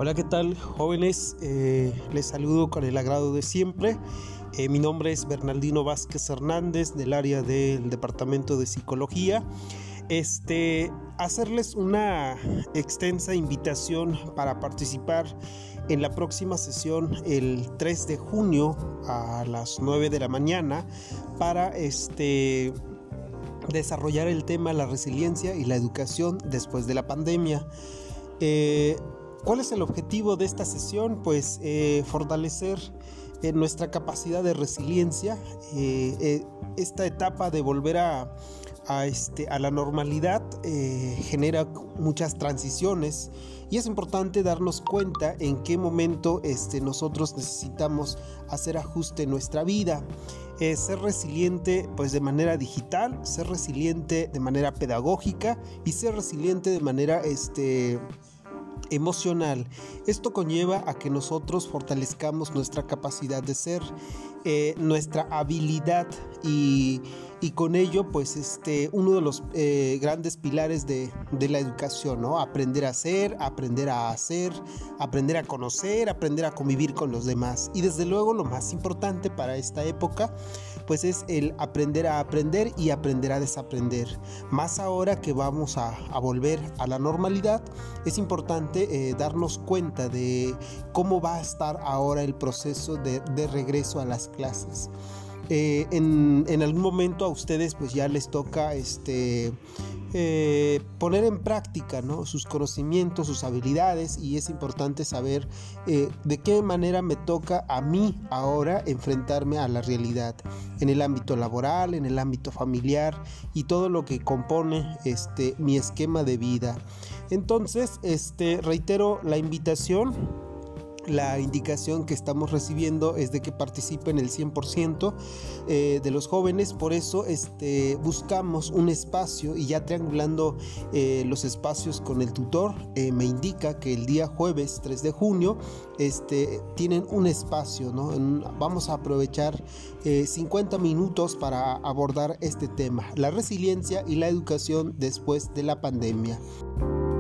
Hola, ¿qué tal, jóvenes? Les saludo con el agrado de siempre. Mi nombre es Bernardino Vázquez Hernández, del área del Departamento de Psicología. Hacerles una extensa invitación para participar en la próxima sesión el 3 de junio a las 9 de la mañana para desarrollar el tema la resiliencia y la educación después de la pandemia. ¿Cuál es el objetivo de esta sesión? Pues fortalecer nuestra capacidad de resiliencia, esta etapa de volver a la normalidad genera muchas transiciones y es importante darnos cuenta en qué momento nosotros necesitamos hacer ajuste en nuestra vida. Ser resiliente pues de manera digital, ser resiliente de manera pedagógica y ser resiliente de manera emocional. Esto conlleva a que nosotros fortalezcamos nuestra capacidad de ser, nuestra habilidad y con ello pues uno de los grandes pilares de la educación, ¿no? Aprender a ser, aprender a hacer, aprender a conocer, aprender a convivir con los demás. Y desde luego lo más importante para esta época pues es el aprender a aprender y aprender a desaprender. Más ahora que vamos a volver a la normalidad, es importante darnos cuenta de cómo va a estar ahora el proceso de regreso a las clases. En algún momento a ustedes pues ya les toca poner en práctica, ¿no?, sus conocimientos, sus habilidades, y es importante saber de qué manera me toca a mí ahora enfrentarme a la realidad en el ámbito laboral, en el ámbito familiar y todo lo que compone mi esquema de vida. Entonces reitero la invitación. La indicación que estamos recibiendo es de que participen el 100% de los jóvenes. Por eso buscamos un espacio, y ya triangulando los espacios con el tutor, me indica que el día jueves 3 de junio tienen un espacio, ¿no? Vamos a aprovechar 50 minutos para abordar este tema, la resiliencia y la educación después de la pandemia.